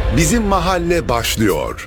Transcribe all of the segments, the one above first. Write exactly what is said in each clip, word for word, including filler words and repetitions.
Bizim Mahalle başlıyor.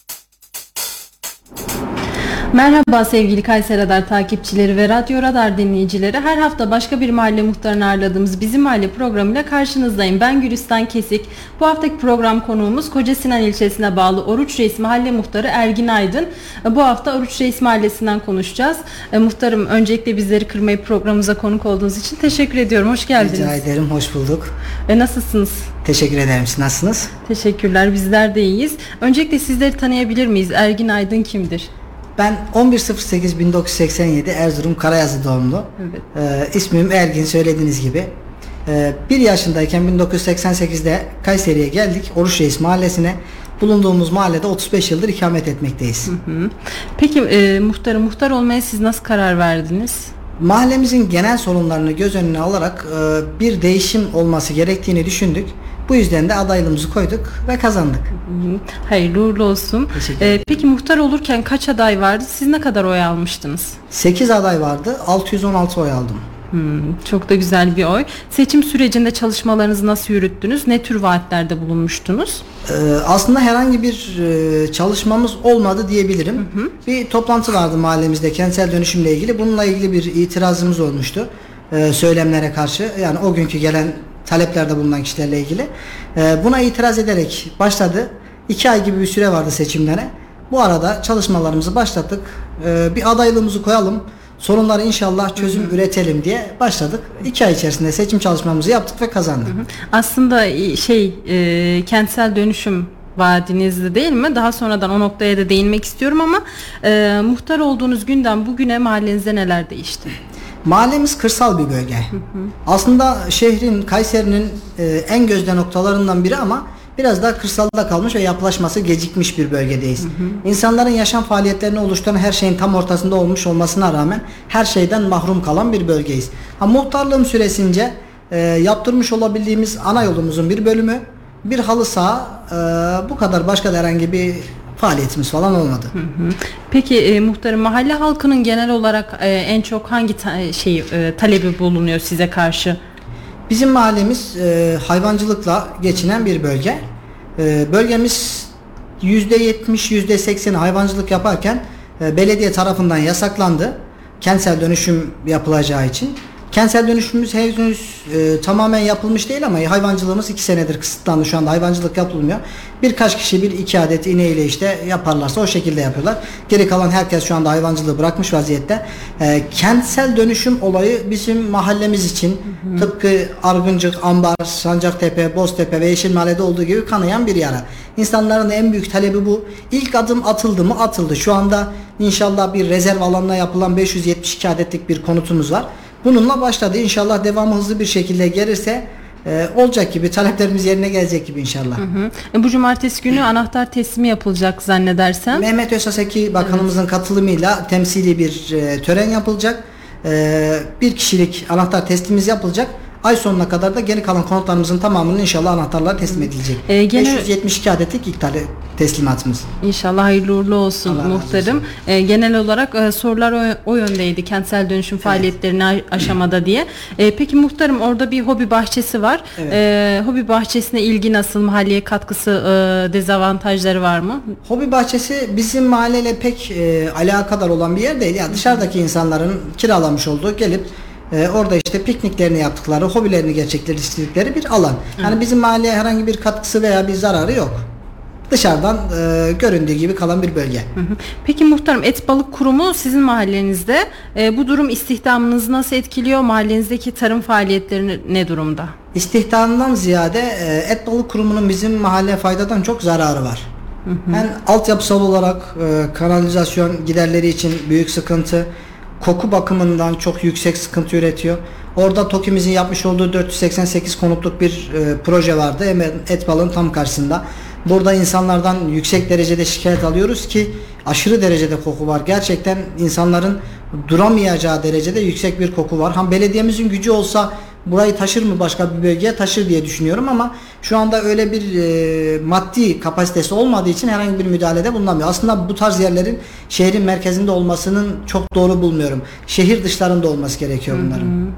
Merhaba sevgili Kayseri Radar takipçileri ve Radyo Radar dinleyicileri. Her hafta başka bir mahalle muhtarını ağırladığımız Bizim Mahalle programıyla karşınızdayım. Ben Gülistan Kesik. Bu haftaki program konuğumuz Kocasinan ilçesine bağlı Oruç Reis Mahalle Muhtarı Ergin Aydın. Bu hafta Oruç Reis Mahallesi'nden konuşacağız. E, muhtarım, öncelikle bizleri kırmayıp programımıza konuk olduğunuz için teşekkür ediyorum. Hoş geldiniz. Rica ederim, hoş bulduk. E, nasılsınız? Teşekkür ederim. Siz nasılsınız? Teşekkürler, bizler de iyiyiz. Öncelikle sizleri tanıyabilir miyiz? Ergin Aydın kimdir? Ben on bir Eylül bin dokuz yüz seksen yedi Erzurum Karayazı doğumlu. Evet. Ee, ismim Ergin, söylediğiniz gibi. Ee, bir yaşındayken bin dokuz yüz seksen sekizde Kayseri'ye geldik. Oruç Reis Mahallesi'ne. Bulunduğumuz mahallede otuz beş yıldır ikamet etmekteyiz. Hı hı. Peki e, muhtarı muhtar olmaya siz nasıl karar verdiniz? Mahallemizin genel sorunlarını göz önüne alarak e, bir değişim olması gerektiğini düşündük. Bu yüzden de adaylığımızı koyduk ve kazandık. Hayırlı uğurlu olsun. Ee, peki muhtar olurken kaç aday vardı? Siz ne kadar oy almıştınız? sekiz aday vardı. altı yüz on altı oy aldım. Hmm, çok da güzel bir oy. Seçim sürecinde çalışmalarınızı nasıl yürüttünüz? Ne tür vaatlerde bulunmuştunuz? Ee, aslında herhangi bir e, çalışmamız olmadı diyebilirim. Hı hı. Bir toplantı vardı mahallemizde kentsel dönüşümle ilgili. Bununla ilgili bir itirazımız olmuştu. Ee, söylemlere karşı. Yani o günkü gelen taleplerde bulunan kişilerle ilgili. Ee, buna itiraz ederek başladı. İki ay gibi bir süre vardı seçimlere. Bu arada çalışmalarımızı başlattık. Ee, bir adaylığımızı koyalım. Sorunları inşallah çözüm hı hı. üretelim diye başladık. İki ay içerisinde seçim çalışmamızı yaptık ve kazandık. Hı hı. Aslında şey e, kentsel dönüşüm vaadinizde değil mi? Daha sonradan o noktaya da değinmek istiyorum ama e, muhtar olduğunuz günden bugüne mahallenizde neler değişti? Mahallemiz kırsal bir bölge. Hı hı. Aslında şehrin, Kayseri'nin e, en gözde noktalarından biri ama biraz daha kırsalda kalmış ve yapılaşması gecikmiş bir bölgedeyiz. Hı hı. İnsanların yaşam faaliyetlerini oluşturan her şeyin tam ortasında olmuş olmasına rağmen her şeyden mahrum kalan bir bölgeyiz. Ha, muhtarlığım süresince e, yaptırmış olabildiğimiz ana yolumuzun bir bölümü, bir halı saha, e, bu kadar, başka da herhangi bir faaliyetimiz falan olmadı. Hı hı. Peki e, muhtarım, mahalle halkının genel olarak e, en çok hangi ta- şey e, talebi bulunuyor size karşı? Bizim mahallemiz e, hayvancılıkla geçinen bir bölge. E, bölgemiz yüzde yetmiş yüzde seksen hayvancılık yaparken e, belediye tarafından yasaklandı. Kentsel dönüşüm yapılacağı için. Kentsel dönüşümümüz henüz e, tamamen yapılmış değil ama hayvancılığımız iki senedir kısıtlandı. Şu anda hayvancılık yapılmıyor. Birkaç kişi bir iki adet ineğiyle işte yaparlarsa o şekilde yapıyorlar. Geri kalan herkes şu anda hayvancılığı bırakmış vaziyette. E, kentsel dönüşüm olayı bizim mahallemiz için hı hı. tıpkı Argıncık, Ambar, Sancaktepe, Boztepe ve Yeşilmahalle'de olduğu gibi kanayan bir yara. İnsanların en büyük talebi bu. İlk adım atıldı mı? Atıldı. Şu anda inşallah bir rezerv alanına yapılan beş yüz yetmiş iki adetlik bir konutumuz var. Bununla başladı. İnşallah devamı hızlı bir şekilde gelirse e, olacak gibi, taleplerimiz yerine gelecek gibi inşallah. Hı hı. E, bu cumartesi günü anahtar teslimi yapılacak zannedersem. Mehmet Özaseki Bakanımızın evet. katılımıyla temsili bir e, tören yapılacak. E, bir kişilik anahtar teslimimiz yapılacak. Ay sonuna kadar da geri kalan konutlarımızın tamamının inşallah anahtarlar teslim edilecek. E, gene, beş yüz yetmiş iki adetlik ilk teslimatımız. İnşallah hayırlı uğurlu olsun Allah muhtarım. E, genel olarak e, sorular o, o yöndeydi. Kentsel dönüşüm evet. faaliyetlerini aşamada diye. E, peki muhtarım, orada bir hobi bahçesi var. Evet. E, hobi bahçesine ilgi nasıl? Mahalleye katkısı, e, dezavantajları var mı? Hobi bahçesi bizim mahalleyle pek e, alakadar olan bir yer değil. Yani dışarıdaki insanların kiralamış olduğu, gelip Ee, orada işte pikniklerini yaptıkları, hobilerini gerçekleştirdikleri bir alan. Yani bizim mahalleye herhangi bir katkısı veya bir zararı yok. Dışarıdan e, göründüğü gibi kalan bir bölge. Hı hı. Peki muhtarım, Et Balık Kurumu sizin mahallenizde. E, bu durum istihdamınızı nasıl etkiliyor? Mahallenizdeki tarım faaliyetleri ne durumda? İstihdamdan ziyade e, Et Balık Kurumu'nun bizim mahalleye faydadan çok zararı var. Hı hı. Yani altyapısal olarak e, kanalizasyon giderleri için büyük sıkıntı. Koku bakımından çok yüksek sıkıntı üretiyor. Orada TOKİ'mizin yapmış olduğu dört yüz seksen sekiz konutluk bir e, proje vardı. Hemen Et Balığı'nın tam karşısında. Burada insanlardan yüksek derecede şikayet alıyoruz ki aşırı derecede koku var. Gerçekten insanların duramayacağı derecede yüksek bir koku var. Hem belediyemizin gücü olsa burayı taşır mı başka bir bölgeye, taşır diye düşünüyorum ama şu anda öyle bir e, maddi kapasitesi olmadığı için herhangi bir müdahalede bulunamıyor. Aslında bu tarz yerlerin şehrin merkezinde olmasının çok doğru bulmuyorum. Şehir dışlarında olması gerekiyor bunların. Hı hı.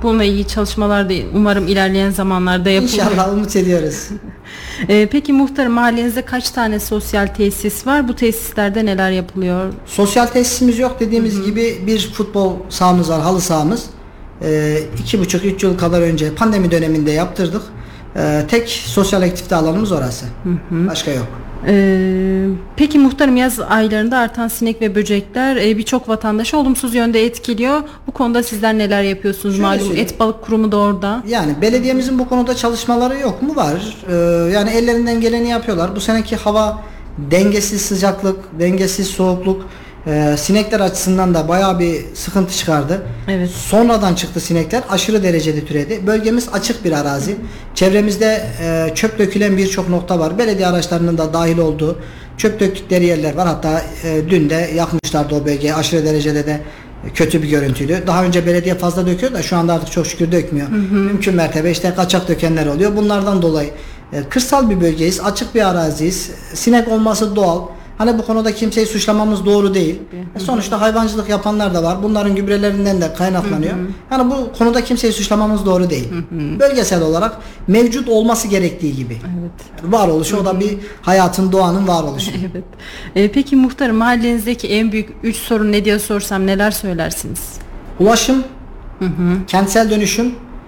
Bununla ilgili çalışmalar da umarım ilerleyen zamanlarda yapılır. İnşallah, umut ediyoruz. Ee, peki muhtarım, mahallenizde kaç tane sosyal tesis var? Bu tesislerde neler yapılıyor? Sosyal tesisimiz yok, dediğimiz Hı-hı. gibi bir futbol sahamız var, halı sahamız. Ee, iki buçuk üç yıl kadar önce pandemi döneminde yaptırdık. Ee, tek sosyal aktivite alanımız orası. Hı-hı. Başka yok. Ee, peki muhtarım, yaz aylarında artan sinek ve böcekler e, birçok vatandaşı olumsuz yönde etkiliyor. Bu konuda sizler neler yapıyorsunuz? Şöyle Malum söyleyeyim. et balık kurumu da orada. Yani belediyemizin bu konuda çalışmaları yok mu? Var. Ee, yani ellerinden geleni yapıyorlar. Bu seneki hava dengesiz sıcaklık, dengesiz soğukluk e, sinekler açısından da bayağı bir sıkıntı çıkardı. Evet. Sonradan çıktı sinekler. Aşırı derecede türedi. Bölgemiz açık bir arazi. Çevremizde e, çöp dökülen birçok nokta var. Belediye araçlarının da dahil olduğu çöp döktükleri yerler var. Hatta e, dün de yakmışlardı o bölgeyi. Aşırı derecede de kötü bir görüntüydü. Daha önce belediye fazla döküyor da şu anda artık çok şükür dökmüyor. Hı hı. Mümkün mertebe işte kaçak dökenler oluyor. Bunlardan dolayı e, kırsal bir bölgeyiz. Açık bir araziyiz. Sinek olması doğal. Hani bu konuda kimseyi suçlamamız doğru değil. Hı hı. Sonuçta hayvancılık yapanlar da var. Bunların gübrelerinden de kaynaklanıyor. Hı hı. Yani bu konuda kimseyi suçlamamız doğru değil. Hı hı. Bölgesel olarak mevcut olması gerektiği gibi. Evet. Varoluşu, hı hı. o da bir hayatın, doğanın varoluşu. Evet. E, peki muhtarım, mahallenizdeki en büyük üç sorun ne diye sorsam neler söylersiniz? Ulaşım, hı hı. kentsel dönüşüm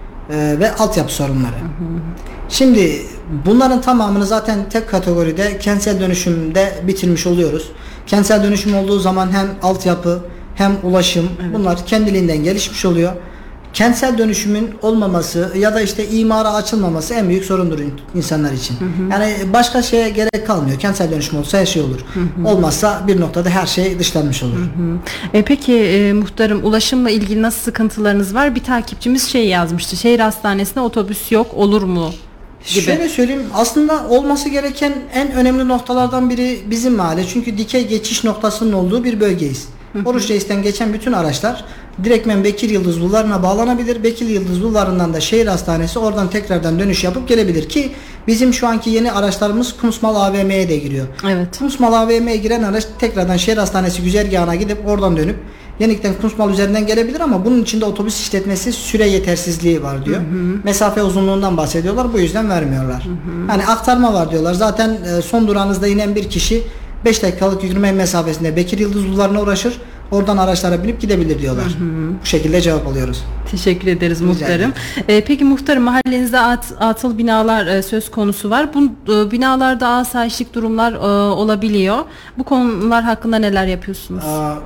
e, ve altyapı sorunları. Hı hı. Şimdi bunların tamamını zaten tek kategoride kentsel dönüşümde bitirmiş oluyoruz. Kentsel dönüşüm olduğu zaman hem altyapı hem ulaşım, evet. bunlar kendiliğinden gelişmiş oluyor. Kentsel dönüşümün olmaması ya da işte imara açılmaması en büyük sorundur insanlar için. Hı hı. Yani başka şeye gerek kalmıyor. Kentsel dönüşüm olsa her şey olur. Hı hı. Olmazsa bir noktada her şey dışlanmış olur. Hı hı. E peki e, muhtarım, ulaşımla ilgili nasıl sıkıntılarınız var? Bir takipçimiz şey yazmıştı. Şehir hastanesine otobüs yok, olur mu? Gibi. Şöyle söyleyeyim, aslında olması gereken en önemli noktalardan biri bizim mahalle. Çünkü dikey geçiş noktasının olduğu bir bölgeyiz. Hı hı. Oruç Reis'ten geçen bütün araçlar direktmen Bekir Yıldız Bulvarı'na bağlanabilir. Bekir Yıldız Bulvarı'ndan da şehir hastanesi, oradan tekrardan dönüş yapıp gelebilir ki bizim şu anki yeni araçlarımız Kumsmal A V M'ye de giriyor. Evet. Kumsmal A V M'ye giren araç tekrardan şehir hastanesi güzergahına gidip oradan dönüp Yenik'ten Kumsmal üzerinden gelebilir ama bunun içinde otobüs işletmesi süre yetersizliği var diyor. Hı hı. Mesafe uzunluğundan bahsediyorlar. Bu yüzden vermiyorlar. Hı hı. Yani aktarma var diyorlar. Zaten son durağınızda inen bir kişi beş dakikalık yürüme mesafesinde Bekir Yıldız Bulvarı'na uğraşır. Oradan araçlara binip gidebilir diyorlar. Hı hı. Bu şekilde cevap alıyoruz. Teşekkür ederiz muhtarım. Ee, peki muhtarım, mahallenizde at, atıl binalar e, söz konusu var. Bu e, binalarda asayişlik durumlar e, olabiliyor. Bu konular hakkında neler yapıyorsunuz? Aa,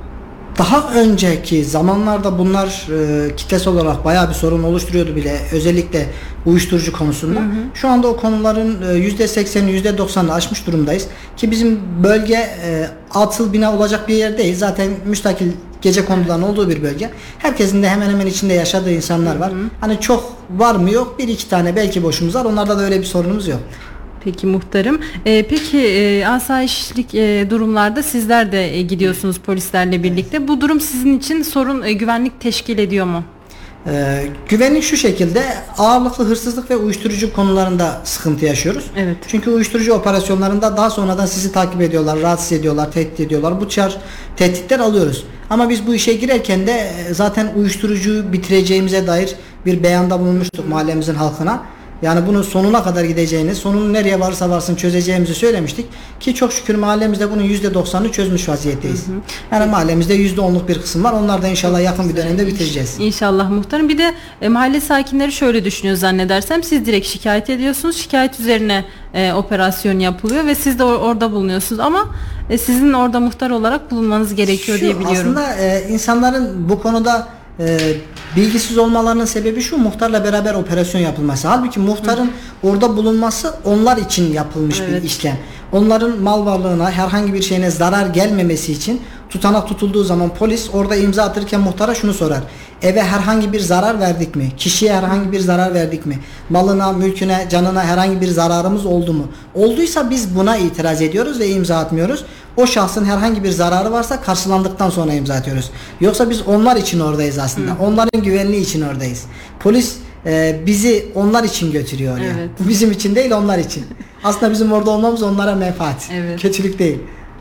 Daha önceki zamanlarda bunlar e, kitlesel olarak bayağı bir sorun oluşturuyordu bile. Özellikle uyuşturucu konusunda. Hı hı. Şu anda o konuların e, yüzde sekseni yüzde doksanını aşmış durumdayız. Ki bizim bölge e, atıl bina olacak bir yer değil. Zaten müstakil gece konuların olduğu bir bölge. Herkesin de hemen hemen içinde yaşadığı insanlar var. Hı hı. Hani çok var mı yok, bir iki tane belki boşumuz var. Onlarda da öyle bir sorunumuz yok. Peki muhtarım. Ee, peki e, asayişlik e, durumlarda sizler de e, gidiyorsunuz polislerle birlikte. Evet. Bu durum sizin için sorun, e, güvenlik teşkil ediyor mu? Ee, güvenlik şu şekilde: ağırlıklı hırsızlık ve uyuşturucu konularında sıkıntı yaşıyoruz. Evet. Çünkü uyuşturucu operasyonlarında daha sonradan sizi takip ediyorlar, rahatsız ediyorlar, tehdit ediyorlar. Bu tür tehditler alıyoruz. Ama biz bu işe girerken de zaten uyuşturucuyu bitireceğimize dair bir beyanda bulunmuştuk mahallemizin halkına. Yani bunun sonuna kadar gideceğini, sonunu nereye varırsa varsın çözeceğimizi söylemiştik. Ki çok şükür mahallemizde bunun yüzde doksanını çözmüş vaziyetteyiz. Hı hı. Yani mahallemizde yüzde onluk bir kısım var. Onlar da inşallah yakın bir dönemde bitireceğiz. İnşallah muhtarım. Bir de e, mahalle sakinleri şöyle düşünüyor zannedersem. Siz direkt şikayet ediyorsunuz. Şikayet üzerine e, operasyon yapılıyor ve siz de or- orada bulunuyorsunuz. Ama e, sizin orada muhtar olarak bulunmanız gerekiyor şu, diye biliyorum. Aslında e, insanların bu konuda e, bilgisiz olmalarının sebebi şu: muhtarla beraber operasyon yapılması. Halbuki muhtarın Hı. orada bulunması onlar için yapılmış evet. bir işlem. Onların mal varlığına, herhangi bir şeyine zarar gelmemesi için tutanak tutulduğu zaman polis orada imza atırken muhtara şunu sorar: eve herhangi bir zarar verdik mi? Kişiye herhangi bir zarar verdik mi? Malına, mülküne, canına herhangi bir zararımız oldu mu? Olduysa biz buna itiraz ediyoruz ve imza atmıyoruz. O şahsın herhangi bir zararı varsa karşılandıktan sonra imza atıyoruz. Yoksa biz onlar için oradayız aslında. Hı. Onların güvenliği için oradayız. Polis e, bizi onlar için götürüyor oraya. Evet. Bizim için değil, onlar için. Aslında bizim orada olmamız onlara menfaat. Evet. Kötülük değil.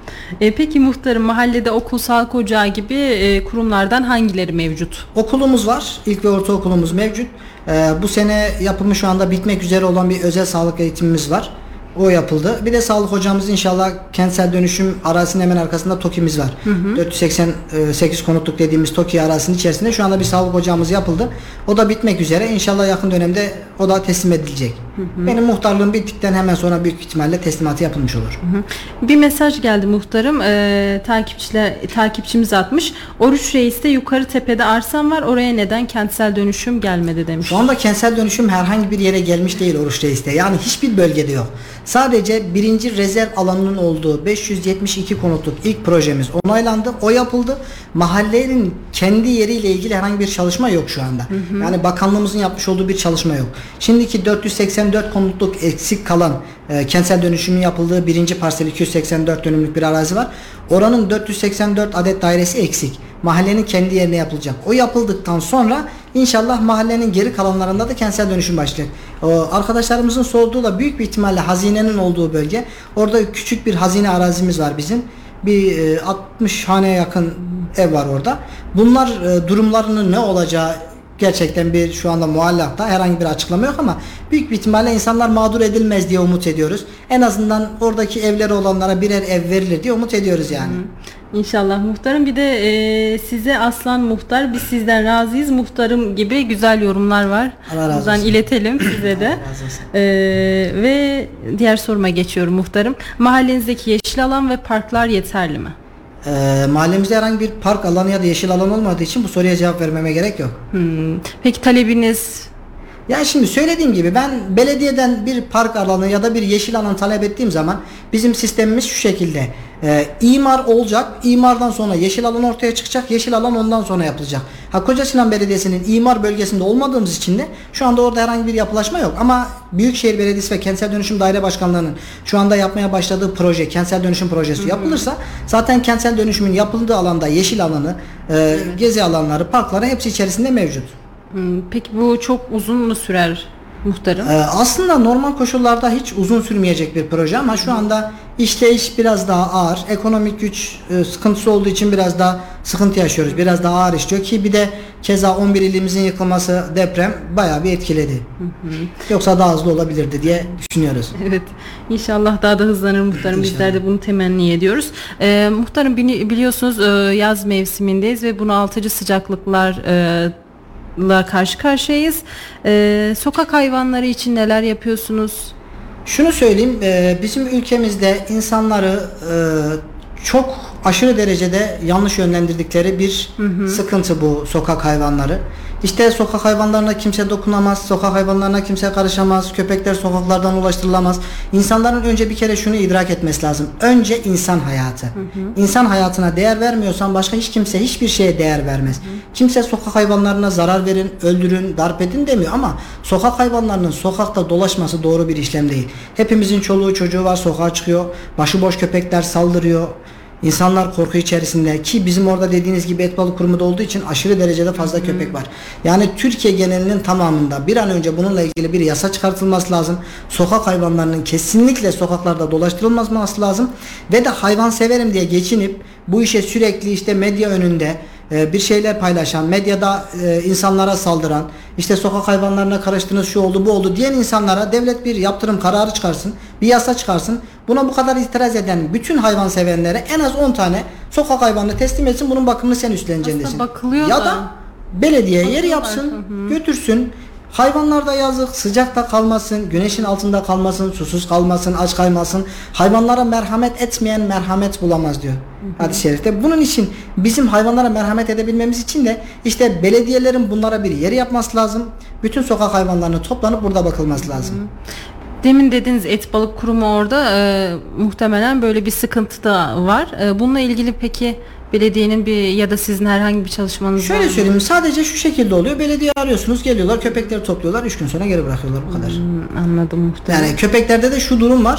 E, peki muhtarım, mahallede okul, sağlık ocağı gibi e, kurumlardan hangileri mevcut? Okulumuz var. İlk ve ortaokulumuz mevcut. Ee, bu sene yapımı şu anda bitmek üzere olan bir özel sağlık eğitimimiz var. O yapıldı. Bir de sağlık hocamız inşallah kentsel dönüşüm arazisinin hemen arkasında TOKİ'miz var. Hı hı. dört yüz seksen sekiz konutluk dediğimiz TOKİ arazisinin içerisinde şu anda bir sağlık ocağımız yapıldı. O da bitmek üzere. İnşallah yakın dönemde o da teslim edilecek. Hı hı. Benim muhtarlığım bittikten hemen sonra büyük ihtimalle teslimatı yapılmış olur. Hı hı. Bir mesaj geldi muhtarım. Ee, takipçiler takipçimiz atmış. Oruç Reis'te yukarı tepede arsam var. Oraya neden kentsel dönüşüm gelmedi demiş. Şu anda kentsel dönüşüm herhangi bir yere gelmiş değil Oruç Reis'te. Yani hiçbir bölgede yok. Sadece birinci rezerv alanının olduğu beş yüz yetmiş iki konutluk ilk projemiz onaylandı. O yapıldı. Mahallenin kendi yeriyle ilgili herhangi bir çalışma yok şu anda. Hı hı. Yani bakanlığımızın yapmış olduğu bir çalışma yok. Şimdiki dört yüz seksen dört konutluk eksik kalan e, kentsel dönüşümün yapıldığı birinci parsel iki yüz seksen dört dönümlük bir arazi var. Oranın dört yüz seksen dört adet dairesi eksik. Mahallenin kendi yerine yapılacak. O yapıldıktan sonra inşallah mahallenin geri kalanlarında da kentsel dönüşüm başlayacak. O, arkadaşlarımızın sorduğu da büyük bir ihtimalle hazinenin olduğu bölge. Orada küçük bir hazine arazimiz var bizim. Bir e, altmış haneye yakın ev var orada. Bunlar e, durumlarının ne olacağı gerçekten bir şu anda muallakta, herhangi bir açıklama yok ama büyük bir ihtimalle insanlar mağdur edilmez diye umut ediyoruz. En azından oradaki evleri olanlara birer ev verilir diye umut ediyoruz yani. Hı. İnşallah muhtarım. Bir de e, size Aslan Muhtar, biz sizden razıyız muhtarım gibi güzel yorumlar var. Allah razı Buradan olsun. iletelim size de. E, ve diğer soruma geçiyorum muhtarım. Mahallenizdeki yeşil alan ve parklar yeterli mi? E, mahallemizde herhangi bir park alanı ya da yeşil alan olmadığı için bu soruya cevap vermeme gerek yok. Hmm. Peki talebiniz? Ya şimdi söylediğim gibi ben belediyeden bir park alanı ya da bir yeşil alan talep ettiğim zaman bizim sistemimiz şu şekilde. Ee, imar olacak. İmardan sonra yeşil alan ortaya çıkacak. Yeşil alan ondan sonra yapılacak. Ha, Kocasinan Belediyesi'nin imar bölgesinde olmadığımız için de şu anda orada herhangi bir yapılaşma yok. Ama Büyükşehir Belediyesi ve Kentsel Dönüşüm Daire Başkanlığı'nın şu anda yapmaya başladığı proje, kentsel dönüşüm projesi yapılırsa zaten kentsel dönüşümün yapıldığı alanda yeşil alanı, e, gezi alanları, parkları hepsi içerisinde mevcut. Hmm. Peki bu çok uzun mu sürer muhtarım? Ee, aslında normal koşullarda hiç uzun sürmeyecek bir proje ama şu anda işleyiş biraz daha ağır. Ekonomik güç e, sıkıntısı olduğu için biraz daha sıkıntı yaşıyoruz. Biraz daha ağır işliyor ki bir de keza on bir ilimizin yıkılması, deprem bayağı bir etkiledi. Hı hı. Yoksa daha hızlı olabilirdi diye düşünüyoruz. Evet. İnşallah daha da hızlanır muhtarım. İnşallah. Bizler de bunu temenni ediyoruz. Ee, muhtarım biliyorsunuz yaz mevsimindeyiz ve bunaltıcı sıcaklıklar e, la karşı karşıyayız. Ee, sokak hayvanları için neler yapıyorsunuz? Şunu söyleyeyim, e, bizim ülkemizde insanları e, çok aşırı derecede yanlış yönlendirdikleri bir hı hı. sıkıntı bu sokak hayvanları. İşte sokak hayvanlarına kimse dokunamaz, sokak hayvanlarına kimse karışamaz, köpekler sokaklardan ulaştırılamaz. İnsanların önce bir kere şunu idrak etmesi lazım. Önce insan hayatı. Hı hı. İnsan hayatına değer vermiyorsan başka hiç kimse hiçbir şeye değer vermez. Hı hı. Kimse sokak hayvanlarına zarar verin, öldürün, darp edin demiyor ama sokak hayvanlarının sokakta dolaşması doğru bir işlem değil. Hepimizin çoluğu çocuğu var, sokağa çıkıyor, başıboş köpekler saldırıyor. İnsanlar korku içerisinde ki bizim orada dediğiniz gibi et balık kurumu da olduğu için aşırı derecede fazla hmm. köpek var. Yani Türkiye genelinin tamamında bir an önce bununla ilgili bir yasa çıkartılması lazım. Sokak hayvanlarının kesinlikle sokaklarda dolaştırılması lazım. Ve de hayvan severim diye geçinip bu işe sürekli işte medya önünde bir şeyler paylaşan, medyada insanlara saldıran, işte sokak hayvanlarına karıştınız şu oldu bu oldu diyen insanlara devlet bir yaptırım kararı çıkarsın, bir yasa çıkarsın. Buna bu kadar itiraz eden bütün hayvan sevenlere en az on tane sokak hayvanını teslim etsin, bunun bakımını sen üstleneceksin desin. Bakılıyor ya da. da belediye yer yapsın, hı hı. götürsün. Hayvanlar da yazık, sıcakta kalmasın, güneşin altında kalmasın, susuz kalmasın, aç kalmasın. Hayvanlara merhamet etmeyen merhamet bulamaz diyor hadis-i şerifte. Bunun için bizim hayvanlara merhamet edebilmemiz için de işte belediyelerin bunlara bir yer yapması lazım. Bütün sokak hayvanlarının toplanıp burada bakılması lazım. Demin dediniz et balık kurumu orada e, muhtemelen böyle bir sıkıntı da var. E, bununla ilgili peki belediyenin bir ya da sizin herhangi bir çalışmanız Şöyle var mı? söyleyeyim, sadece şu şekilde oluyor. Belediye arıyorsunuz, geliyorlar, köpekleri topluyorlar, üç gün sonra geri bırakıyorlar, bu kadar. Hmm, anladım muhtemelen. Yani köpeklerde de şu durum var.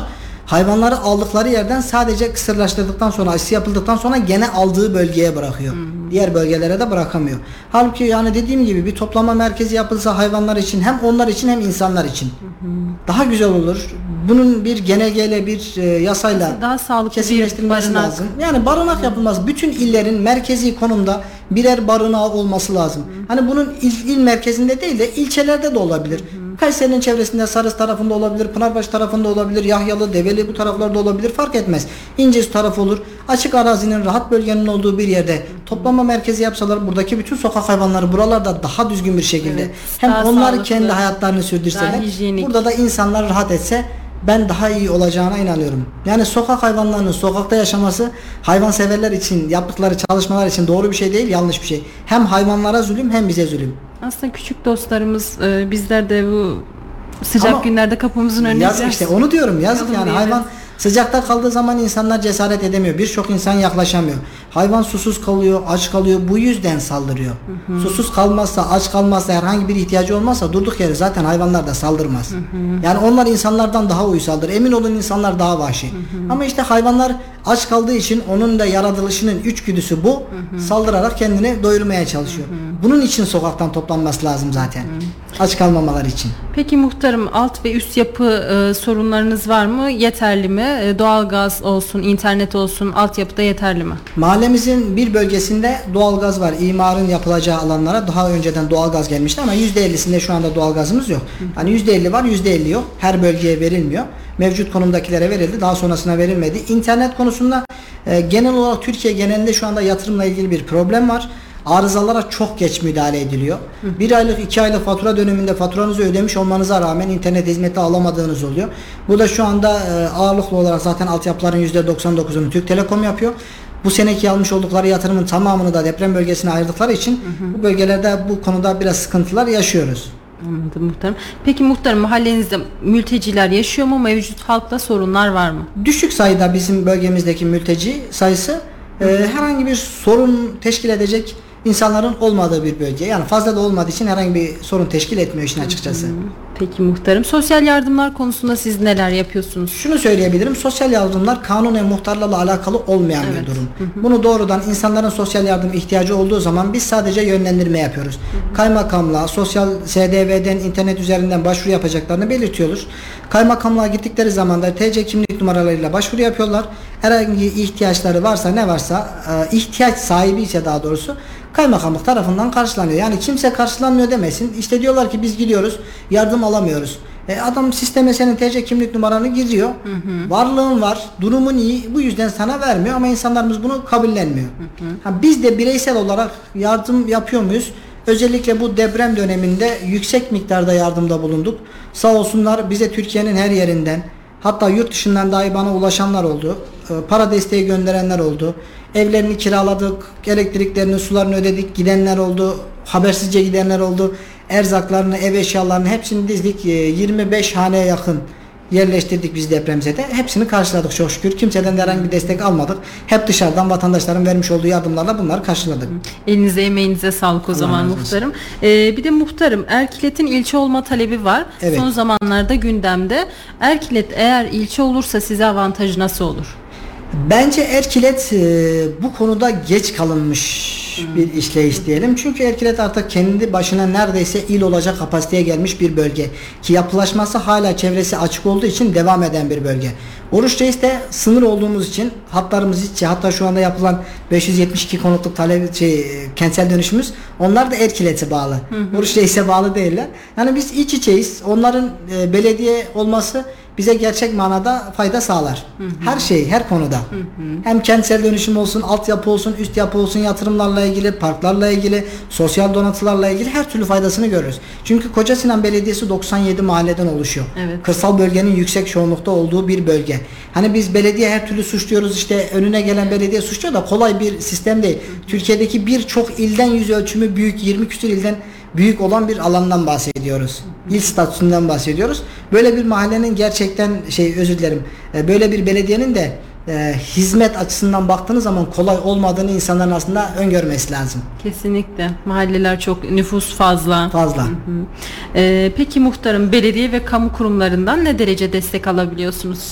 Hayvanları aldıkları yerden sadece kısırlaştırdıktan sonra, aşısı yapıldıktan sonra gene aldığı bölgeye bırakıyor. Hı-hı. Diğer bölgelere de bırakamıyor. Halbuki yani dediğim gibi bir toplama merkezi yapılsa hayvanlar için, hem onlar için hem insanlar için Hı-hı. daha güzel olur. Bunun bir genelgeyle, bir e, yasayla daha sağlıklı kesinleştirilmesi bir lazım. Yani barınak Hı-hı. yapılmaz. Bütün illerin merkezi konumda birer barınağı olması lazım. Hı-hı. Hani bunun il, il merkezinde değil de ilçelerde de olabilir. Hı-hı. Kayseri'nin çevresinde, Sarız tarafında olabilir, Pınarbaşı tarafında olabilir, Yahyalı, Develi bu taraflarda olabilir, fark etmez. İncesu tarafı olur. Açık arazinin, rahat bölgenin olduğu bir yerde toplama merkezi yapsalar, buradaki bütün sokak hayvanları buralarda daha düzgün bir şekilde evet, hem onlar sağlıklı, kendi hayatlarını sürdürseler, burada da insanlar rahat etse ben daha iyi olacağına inanıyorum. Yani sokak hayvanlarının sokakta yaşaması hayvanseverler için yaptıkları çalışmalar için doğru bir şey değil, yanlış bir şey. Hem hayvanlara zulüm hem bize zulüm. Aslında küçük dostlarımız e, bizler de bu sıcak Ama günlerde kapımızın önüne yazık işte onu diyorum yazık yani hayvan evet. Sıcakta kaldığı zaman insanlar cesaret edemiyor. Birçok insan yaklaşamıyor. Hayvan susuz kalıyor, aç kalıyor. Bu yüzden saldırıyor. Hı hı. Susuz kalmazsa, aç kalmazsa, herhangi bir ihtiyacı olmazsa durduk yere zaten hayvanlar da saldırmaz. Hı hı. Yani onlar insanlardan daha uysaldır. Emin olun insanlar daha vahşi. Hı hı. Ama işte hayvanlar aç kaldığı için onun da yaratılışının içgüdüsü bu. Hı hı. Saldırarak kendini doyurmaya çalışıyor. Hı hı. Bunun için sokaktan toplanması lazım zaten. Hı hı. Aç kalmamalar için. Peki muhtarım, alt ve üst yapı e, sorunlarınız var mı? Yeterli mi? E, doğalgaz olsun, internet olsun, altyapıda yeterli mi? Mahallemizin bir bölgesinde doğalgaz var. İmarın yapılacağı alanlara daha önceden doğalgaz gelmişti ama yüzde ellisinde şu anda doğalgazımız yok. Hı hı. Hani yüzde elli var, yüzde elli yok. Her bölgeye verilmiyor. Mevcut konumdakilere verildi. Daha sonrasına verilmedi. İnternet konusunda e, genel olarak Türkiye genelinde şu anda yatırımla ilgili bir problem var. Arızalara çok geç müdahale ediliyor. Hı. Bir aylık, iki aylık fatura döneminde faturanızı ödemiş olmanıza rağmen internet hizmeti alamadığınız oluyor. Bu da şu anda e, ağırlıklı olarak zaten altyapıların yüzde doksan dokuzunu Türk Telekom yapıyor. Bu seneki almış oldukları yatırımın tamamını da deprem bölgesine ayırdıkları için hı hı. bu bölgelerde bu konuda biraz sıkıntılar yaşıyoruz. Anladım muhtarım. Peki muhtarım, mahallenizde mülteciler yaşıyor mu? Mevcut halkla sorunlar var mı? Düşük sayıda bizim bölgemizdeki mülteci sayısı e, herhangi bir sorun teşkil edecek insanların olmadığı bir bölge. Yani fazla da olmadığı için herhangi bir sorun teşkil etmiyor işin açıkçası. Peki muhtarım, sosyal yardımlar konusunda siz neler yapıyorsunuz? Şunu söyleyebilirim. Sosyal yardımlar kanunen muhtarlarla alakalı olmayan evet. bir durum. Hı hı. Bunu doğrudan insanların sosyal yardım ihtiyacı olduğu zaman biz sadece yönlendirme yapıyoruz. Hı hı. Kaymakamlığa, sosyal S D V'den, internet üzerinden başvuru yapacaklarını belirtiyoruz. Kaymakamlığa gittikleri zaman da T C kimlik numaralarıyla başvuru yapıyorlar. Herhangi ihtiyaçları varsa, ne varsa, ihtiyaç sahibi ise daha doğrusu kaymakamlık tarafından karşılanıyor. Yani kimse karşılanmıyor demesin. İşte diyorlar ki biz gidiyoruz, yardım alamıyoruz. E adam sisteme senin T C kimlik numaranı giriyor. Hı hı. Varlığın var, durumun iyi. Bu yüzden sana vermiyor ama insanlarımız bunu kabullenmiyor. Hı hı. Ha, biz de bireysel olarak yardım yapıyor muyuz? Özellikle bu deprem döneminde yüksek miktarda yardımda bulunduk. Sağ olsunlar bize Türkiye'nin her yerinden, hatta yurt dışından dahi bana ulaşanlar oldu. Para desteği gönderenler oldu. Evlerini kiraladık, elektriklerini, sularını ödedik, gidenler oldu. Habersizce gidenler oldu. Erzaklarını, ev eşyalarını hepsini dizdik. yirmi beş haneye yakın yerleştirdik biz depremzede. Hepsini karşıladık çok şükür. Kimseden de herhangi bir destek almadık. Hep dışarıdan vatandaşların vermiş olduğu yardımlarla bunları karşıladık. Elinize emeğinize sağlık o Allah zaman muhtarım. Ee, bir de muhtarım, Erkilet'in ilçe olma talebi var. Evet. Son zamanlarda gündemde. Erkilet eğer ilçe olursa size avantajı nasıl olur? Bence Erkilet e, bu konuda geç kalınmış hmm. bir işleyiş diyelim. Çünkü Erkilet artık kendi başına neredeyse il olacak kapasiteye gelmiş bir bölge. Ki yapılaşması hala çevresi açık olduğu için devam eden bir bölge. Oruç Reis'te sınır olduğumuz için hatlarımız içi, hatta şu anda yapılan beş yüz yetmiş iki konutluk talep, şey, kentsel dönüşümüz, onlar da Erkilet'e bağlı. Hmm. Oruç Reis'e bağlı değiller. Yani biz iç içeyiz. Onların e, belediye olması bize gerçek manada fayda sağlar. Hı hı. Her şey, her konuda. Hı hı. Hem kentsel dönüşüm olsun, altyapı olsun, üst yapı olsun, yatırımlarla ilgili, parklarla ilgili, sosyal donatılarla ilgili her türlü faydasını görürüz. Çünkü Kocasinan Belediyesi doksan yedi mahalleden oluşuyor. Evet. Kırsal bölgenin yüksek çoğunlukta olduğu bir bölge. Hani biz belediye her türlü suçluyoruz, işte önüne gelen belediye suçluyor da kolay bir sistem değil. Hı hı. Türkiye'deki birçok ilden yüz ölçümü büyük, yirmi küsur ilden büyük olan bir alandan bahsediyoruz. İl statüsünden bahsediyoruz. Böyle bir mahallenin gerçekten şey özür dilerim. Böyle bir belediyenin de e, hizmet açısından baktığınız zaman kolay olmadığını insanların aslında öngörmesi lazım. Kesinlikle. Mahalleler çok, nüfus fazla. Fazla. Hı hı. Ee, peki muhtarım, belediye ve kamu kurumlarından ne derece destek alabiliyorsunuz?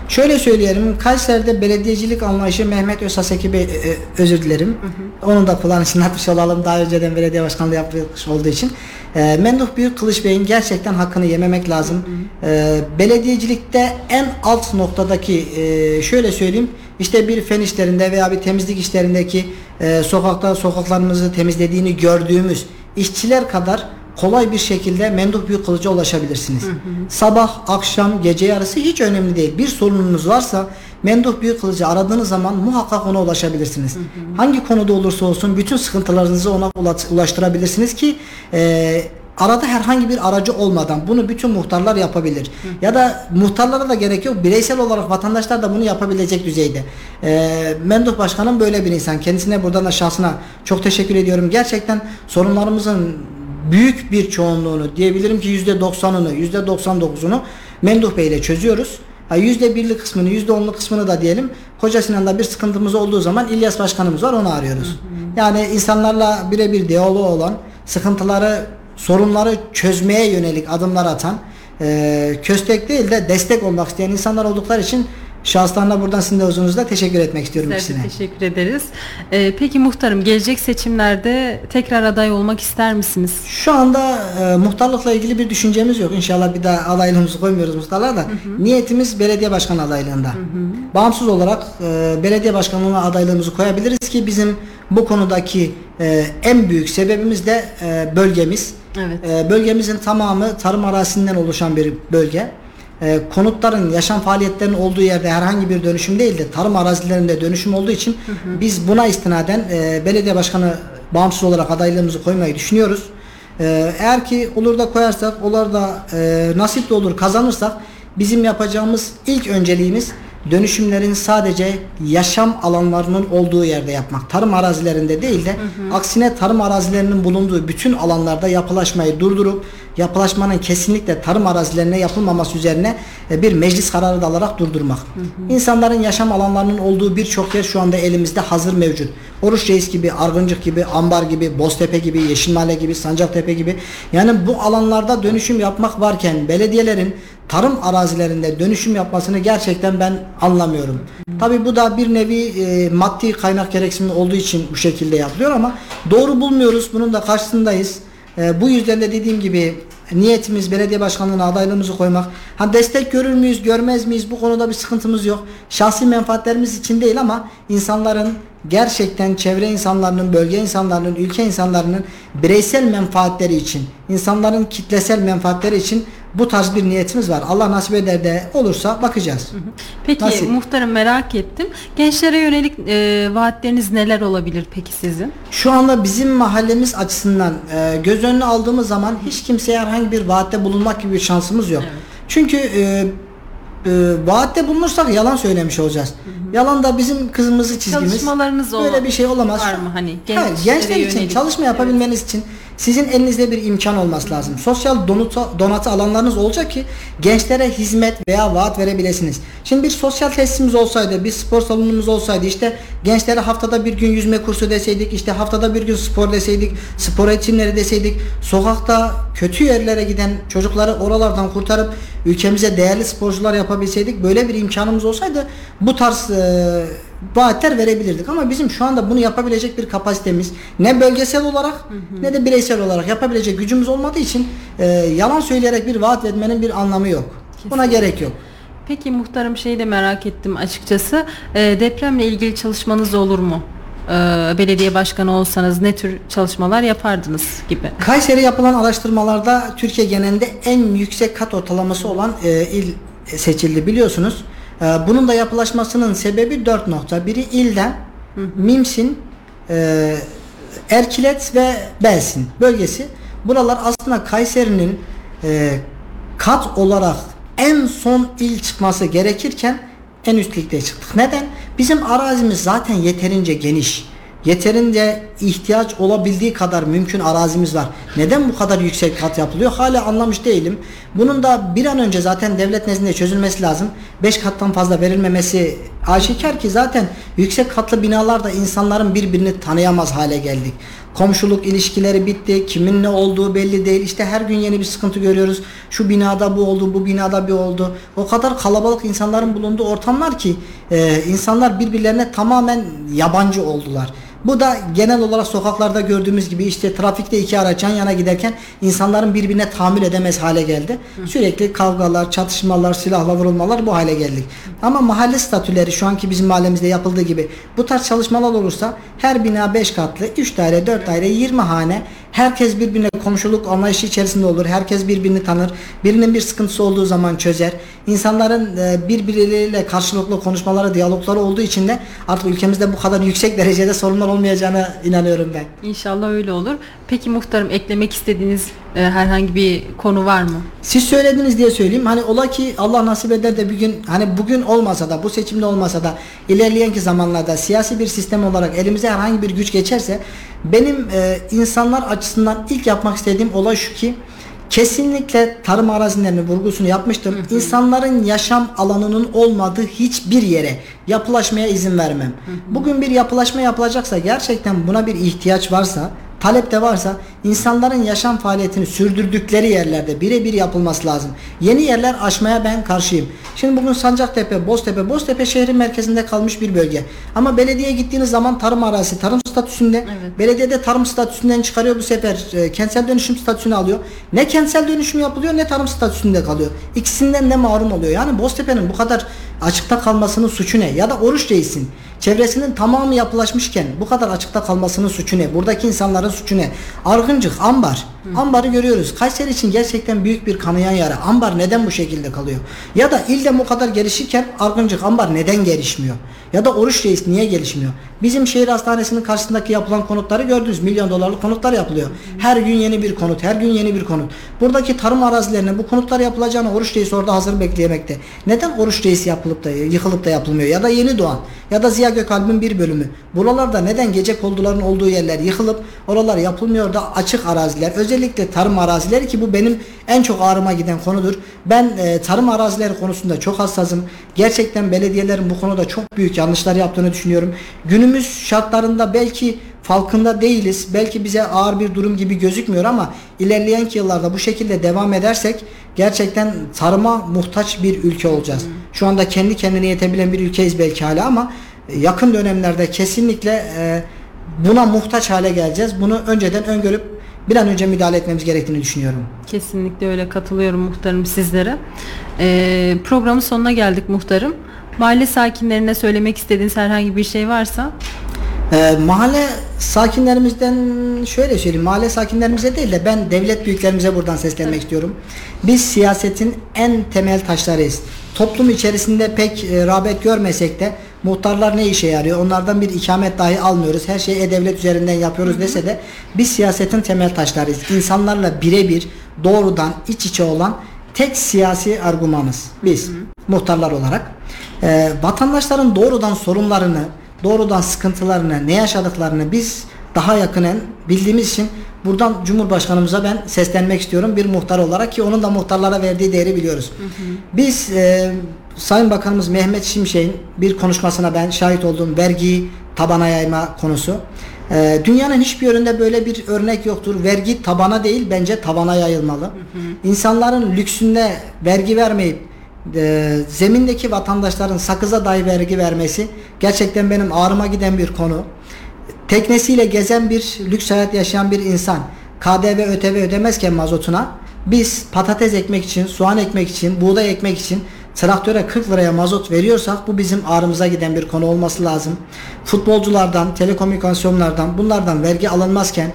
Şöyle söyleyelim, Kayseri'de belediyecilik anlayışı Mehmet Özhaseki Bey, e, özür dilerim. Hı hı. Onun da kullanışını atmış olalım, daha önceden belediye başkanlığı yapmış olduğu için. E, Memduh Büyükkılıç Bey'in gerçekten hakkını yememek lazım. Hı hı. E, belediyecilikte en alt noktadaki, e, şöyle söyleyeyim, işte bir fen işlerinde veya bir temizlik işlerindeki e, sokakta sokaklarımızı temizlediğini gördüğümüz işçiler kadar kolay bir şekilde Memduh Büyükkılıç'a ulaşabilirsiniz. Hı hı. Sabah, akşam, gece yarısı hiç önemli değil. Bir sorununuz varsa Memduh Büyükkılıç'ı aradığınız zaman muhakkak ona ulaşabilirsiniz. Hı hı. Hangi konuda olursa olsun bütün sıkıntılarınızı ona ulaştırabilirsiniz ki e, arada herhangi bir aracı olmadan bunu bütün muhtarlar yapabilir. Hı. Ya da muhtarlara da gerek yok. Bireysel olarak vatandaşlar da bunu yapabilecek düzeyde. E, Memduh Başkanım böyle bir insan. Kendisine buradan da şahsına çok teşekkür ediyorum. Gerçekten sorunlarımızın büyük bir çoğunluğunu, diyebilirim ki yüzde doksanını, yüzde doksan dokuzunu Memduh Bey ile çözüyoruz. yüzde birlik kısmını, yüzde onluk kısmını da diyelim. Koca Sinan'da bir sıkıntımız olduğu zaman İlyas Başkanımız var, onu arıyoruz. Hı hı. Yani insanlarla birebir diyaloğu olan, sıkıntıları, sorunları çözmeye yönelik adımlar atan, e, köstek değil de destek olmak isteyen insanlar oldukları için şahıslarına buradan sizin de huzurunuzda teşekkür etmek istiyorum ikisine. Teşekkür ederiz. Ee, peki muhtarım, gelecek seçimlerde tekrar aday olmak ister misiniz? Şu anda e, muhtarlıkla ilgili bir düşüncemiz yok. İnşallah bir daha adaylığımızı koymuyoruz muhtarlar da. Hı hı. Niyetimiz belediye başkanı adaylığında. Hı hı. Bağımsız olarak e, belediye başkanlığına adaylığımızı koyabiliriz ki bizim bu konudaki e, en büyük sebebimiz de e, bölgemiz. Evet. E, bölgemizin tamamı tarım arazisinden oluşan bir bölge. E, konutların, yaşam faaliyetlerinin olduğu yerde herhangi bir dönüşüm değil de tarım arazilerinde dönüşüm olduğu için hı hı. biz buna istinaden e, belediye başkanı bağımsız olarak adaylığımızı koymayı düşünüyoruz. E, eğer ki olur da koyarsak, olur da e, nasip de olur kazanırsak, bizim yapacağımız ilk önceliğimiz dönüşümlerin sadece yaşam alanlarının olduğu yerde yapmak. Tarım arazilerinde değil de hı hı. aksine tarım arazilerinin bulunduğu bütün alanlarda yapılaşmayı durdurup yapılaşmanın kesinlikle tarım arazilerine yapılmaması üzerine bir meclis kararı da alarak durdurmak. Hı hı. İnsanların yaşam alanlarının olduğu birçok yer şu anda elimizde hazır mevcut. Oruç Reis gibi, Argıncık gibi, Ambar gibi, Boztepe gibi, Yeşilmahalle gibi, Sancaktepe gibi. Yani bu alanlarda dönüşüm yapmak varken belediyelerin tarım arazilerinde dönüşüm yapmasını gerçekten ben anlamıyorum. Tabii bu da bir nevi e, maddi kaynak gereksinimi olduğu için bu şekilde yapılıyor ama doğru bulmuyoruz. Bunun da karşısındayız. E, bu yüzden de dediğim gibi niyetimiz belediye başkanlığına adaylığımızı koymak. Ha, destek görür müyüz, görmez miyiz? Bu konuda bir sıkıntımız yok. Şahsi menfaatlerimiz için değil ama insanların gerçekten çevre insanlarının, bölge insanlarının, ülke insanlarının bireysel menfaatleri için, insanların kitlesel menfaatleri için bu tarz bir niyetimiz var. Allah nasip eder de olursa bakacağız. Peki nasip. Muhtarım, merak ettim. Gençlere yönelik e, vaatleriniz neler olabilir peki sizin? Şu anda bizim mahallemiz açısından e, göz önüne aldığımız zaman hiç kimseye herhangi bir vaatte bulunmak gibi bir şansımız yok. Evet. Çünkü e, e, vaatte bulunursak yalan söylemiş olacağız. Hı hı. Yalan da bizim kızımızı çizgimiz. Çalışmalarınız böyle bir şey olamaz. Var mı hani? Hayır, gençler için çalışma yapabilmeniz evet. için sizin elinizde bir imkan olması lazım. Sosyal donatı, donatı alanlarınız olacak ki gençlere hizmet veya vaat verebilirsiniz. Şimdi bir sosyal tesisimiz olsaydı, bir spor salonumuz olsaydı, işte gençlere haftada bir gün yüzme kursu deseydik, işte haftada bir gün spor deseydik, spor eğitimleri deseydik, sokakta kötü yerlere giden çocukları oralardan kurtarıp ülkemize değerli sporcular yapabilseydik, böyle bir imkanımız olsaydı bu tarz e, vaatler verebilirdik ama bizim şu anda bunu yapabilecek bir kapasitemiz ne bölgesel olarak hı hı. ne de bireysel olarak yapabilecek gücümüz olmadığı için e, yalan söyleyerek bir vaat vermenin bir anlamı yok. Kesinlikle. Buna gerek yok. Peki muhtarım, şeyi de merak ettim açıkçası. E, depremle ilgili çalışmanız olur mu? E, belediye başkanı olsanız ne tür çalışmalar yapardınız gibi? Kayseri yapılan araştırmalarda Türkiye genelinde en yüksek kat ortalaması olan e, il seçildi biliyorsunuz. Bunun da yapılaşmasının sebebi dört nokta. Biri ilden, hı hı. Mimsin, e, Erkilet ve Belsin bölgesi. Buralar aslında Kayseri'nin e, kat olarak en son il çıkması gerekirken en üst ligde çıktık. Neden? Bizim arazimiz zaten yeterince geniş. Yeterince ihtiyaç olabildiği kadar mümkün arazimiz var. Neden bu kadar yüksek kat yapılıyor? Hala anlamış değilim. Bunun da bir an önce zaten devlet nezdinde çözülmesi lazım. beş kattan fazla verilmemesi aşikar ki zaten yüksek katlı binalarda insanların birbirini tanıyamaz hale geldik. Komşuluk ilişkileri bitti. Kimin ne olduğu belli değil. İşte her gün yeni bir sıkıntı görüyoruz. Şu binada bu oldu, bu binada bir oldu. O kadar kalabalık insanların bulunduğu ortamlar ki e, insanlar birbirlerine tamamen yabancı oldular. Bu da genel olarak sokaklarda gördüğümüz gibi işte trafikte iki araç yan yana giderken insanların birbirine tahammül edemez hale geldi. Sürekli kavgalar, çatışmalar, silahla vurulmalar bu hale geldik. Ama mahalle statüleri şu anki bizim mahallemizde yapıldığı gibi bu tarz çalışmalar olursa her bina beş katlı, üç daire, dört daire, yirmi hane, herkes birbirine komşuluk anlayışı içerisinde olur. Herkes birbirini tanır. Birinin bir sıkıntısı olduğu zaman çözer. İnsanların birbirleriyle karşılıklı konuşmaları, diyalogları olduğu için de artık ülkemizde bu kadar yüksek derecede sorunlar olmayacağına inanıyorum ben. İnşallah öyle olur. Peki muhtarım, eklemek istediğiniz e, herhangi bir konu var mı? Siz söylediniz diye söyleyeyim. Hani ola ki Allah nasip eder de bir gün, hani bugün olmasa da, bu seçimde olmasa da ilerleyenki zamanlarda siyasi bir sistem olarak elimize herhangi bir güç geçerse, benim e, insanlar açısından ilk yapmak istediğim olay şu ki, kesinlikle tarım arazilerinin vurgusunu yapmıştım. Hı hı. İnsanların yaşam alanının olmadığı hiçbir yere yapılaşmaya izin vermem. Hı hı. Bugün bir yapılaşma yapılacaksa, gerçekten buna bir ihtiyaç varsa, talep de varsa, insanların yaşam faaliyetini sürdürdükleri yerlerde birebir yapılması lazım. Yeni yerler açmaya ben karşıyım. Şimdi bugün Sancaktepe, Boztepe, Boztepe şehrin merkezinde kalmış bir bölge. Ama belediyeye gittiğiniz zaman tarım arazisi, tarım statüsünde, evet. Belediyede tarım statüsünden çıkarıyor, bu sefer e, kentsel dönüşüm statüsünü alıyor. Ne kentsel dönüşüm yapılıyor, ne tarım statüsünde kalıyor. İkisinden de mahrum oluyor. Yani Boztepe'nin bu kadar açıkta kalmasının suçu ne? Ya da Oruç Reis'in çevresinin tamamı yapılaşmışken bu kadar açıkta kalmasının suçu ne? Buradaki insanların suçu ne? Argıncık, Ambar. Hı. Ambar'ı görüyoruz. Kayseri için gerçekten büyük bir kanayan yara. Ambar neden bu şekilde kalıyor? Ya da ilde bu kadar gelişirken Argıncık, Ambar neden gelişmiyor? Ya da Oruç Reis niye gelişmiyor? Bizim şehir hastanesinin karşısındaki yapılan konutları gördünüz. Milyon dolarlık konutlar yapılıyor. Her gün yeni bir konut, her gün yeni bir konut. Buradaki tarım arazilerine bu konutlar yapılacağını Oruç Reis orada hazır beklemekte. Neden Oruç Reis yapılıp da yıkılıp da yapılmıyor? Ya da Yeni Doğan ya da Ziya Gökalp'in bir bölümü. Buralarda neden gece konduların olduğu yerler yıkılıp oralar yapılmıyor da açık araziler, özellikle tarım arazileri, ki bu benim en çok ağrıma giden konudur. Ben e, tarım arazileri konusunda çok hassasım. Gerçekten belediyelerin bu konuda çok büyük yanlışlar yaptığını düşünüyorum. Günümüz şartlarında belki farkında değiliz. Belki bize ağır bir durum gibi gözükmüyor ama ilerleyen yıllarda bu şekilde devam edersek gerçekten tarıma muhtaç bir ülke olacağız. Şu anda kendi kendine yetebilen bir ülkeyiz belki hala ama yakın dönemlerde kesinlikle e, buna muhtaç hale geleceğiz. Bunu önceden öngörüp bir an önce müdahale etmemiz gerektiğini düşünüyorum. Kesinlikle öyle, katılıyorum muhtarım sizlere. Ee, programın sonuna geldik muhtarım. Mahalle sakinlerine söylemek istediğiniz herhangi bir şey varsa? Ee, mahalle sakinlerimizden şöyle söyleyeyim. Mahalle sakinlerimize değil de ben devlet büyüklerimize buradan seslenmek evet. istiyorum. Biz siyasetin en temel taşlarıyız. Toplum içerisinde pek e, rağbet görmesek de muhtarlar ne işe yarıyor? Onlardan bir ikamet dahi almıyoruz. Her şeyi e-devlet üzerinden yapıyoruz hı hı. dese de biz siyasetin temel taşlarıyız. İnsanlarla birebir doğrudan iç içe olan tek siyasi argümanız biz hı hı. muhtarlar olarak. E, vatandaşların doğrudan sorunlarını, doğrudan sıkıntılarını, ne yaşadıklarını biz daha yakinen bildiğimiz için buradan Cumhurbaşkanımıza ben seslenmek istiyorum bir muhtar olarak, ki onun da muhtarlara verdiği değeri biliyoruz. Hı hı. Biz e, Sayın Bakanımız Mehmet Şimşek'in bir konuşmasına ben şahit olduğum, vergiyi tabana yayma konusu. E, dünyanın hiçbir yerinde böyle bir örnek yoktur. Vergi tabana değil, bence tavana yayılmalı. Hı hı. İnsanların lüksünde vergi vermeyip E, zemindeki vatandaşların sakıza dahi vergi vermesi gerçekten benim ağrıma giden bir konu. Teknesiyle gezen bir lüks hayat yaşayan bir insan K D V ÖTV ödemezken mazotuna, biz patates ekmek için, soğan ekmek için, buğday ekmek için traktöre kırk liraya mazot veriyorsak bu bizim ağrımıza giden bir konu olması lazım. Futbolculardan, telekomünikasyonlardan, bunlardan vergi alınmazken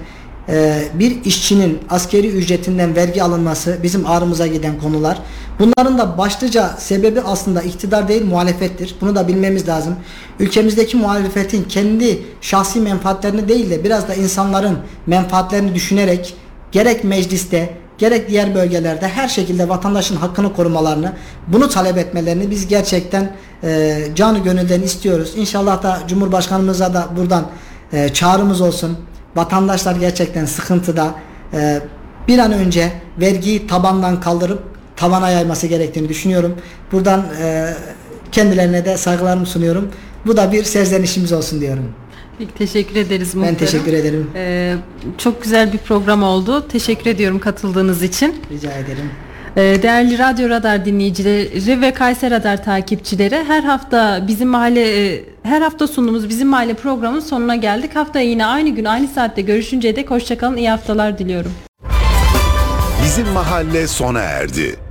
bir işçinin askeri ücretinden vergi alınması bizim ağrımıza giden konular. Bunların da başlıca sebebi aslında iktidar değil, muhalefettir. Bunu da bilmemiz lazım. Ülkemizdeki muhalefetin kendi şahsi menfaatlerini değil de biraz da insanların menfaatlerini düşünerek gerek mecliste gerek diğer bölgelerde her şekilde vatandaşın hakkını korumalarını, bunu talep etmelerini biz gerçekten e, canı gönülden istiyoruz. İnşallah da Cumhurbaşkanımıza da buradan e, çağrımız olsun. Vatandaşlar gerçekten sıkıntıda, e, bir an önce vergiyi tabandan kaldırıp tavana yayması gerektiğini düşünüyorum. Buradan e, kendilerine de saygılarımı sunuyorum. Bu da bir serzenişimiz olsun diyorum. Peki, teşekkür ederiz Ben muhtarım. teşekkür ederim. Ee, çok güzel bir program oldu. Teşekkür ediyorum katıldığınız için. Rica ederim. Ee, Değerli Radyo Radar dinleyicileri ve Kayseri Radar takipçileri, her hafta bizim mahalle e, her hafta sunduğumuz bizim mahalle programının sonuna geldik. Haftaya yine aynı gün aynı saatte görüşünceye dek hoşçakalın, iyi haftalar diliyorum. Bizim mahalle sona erdi.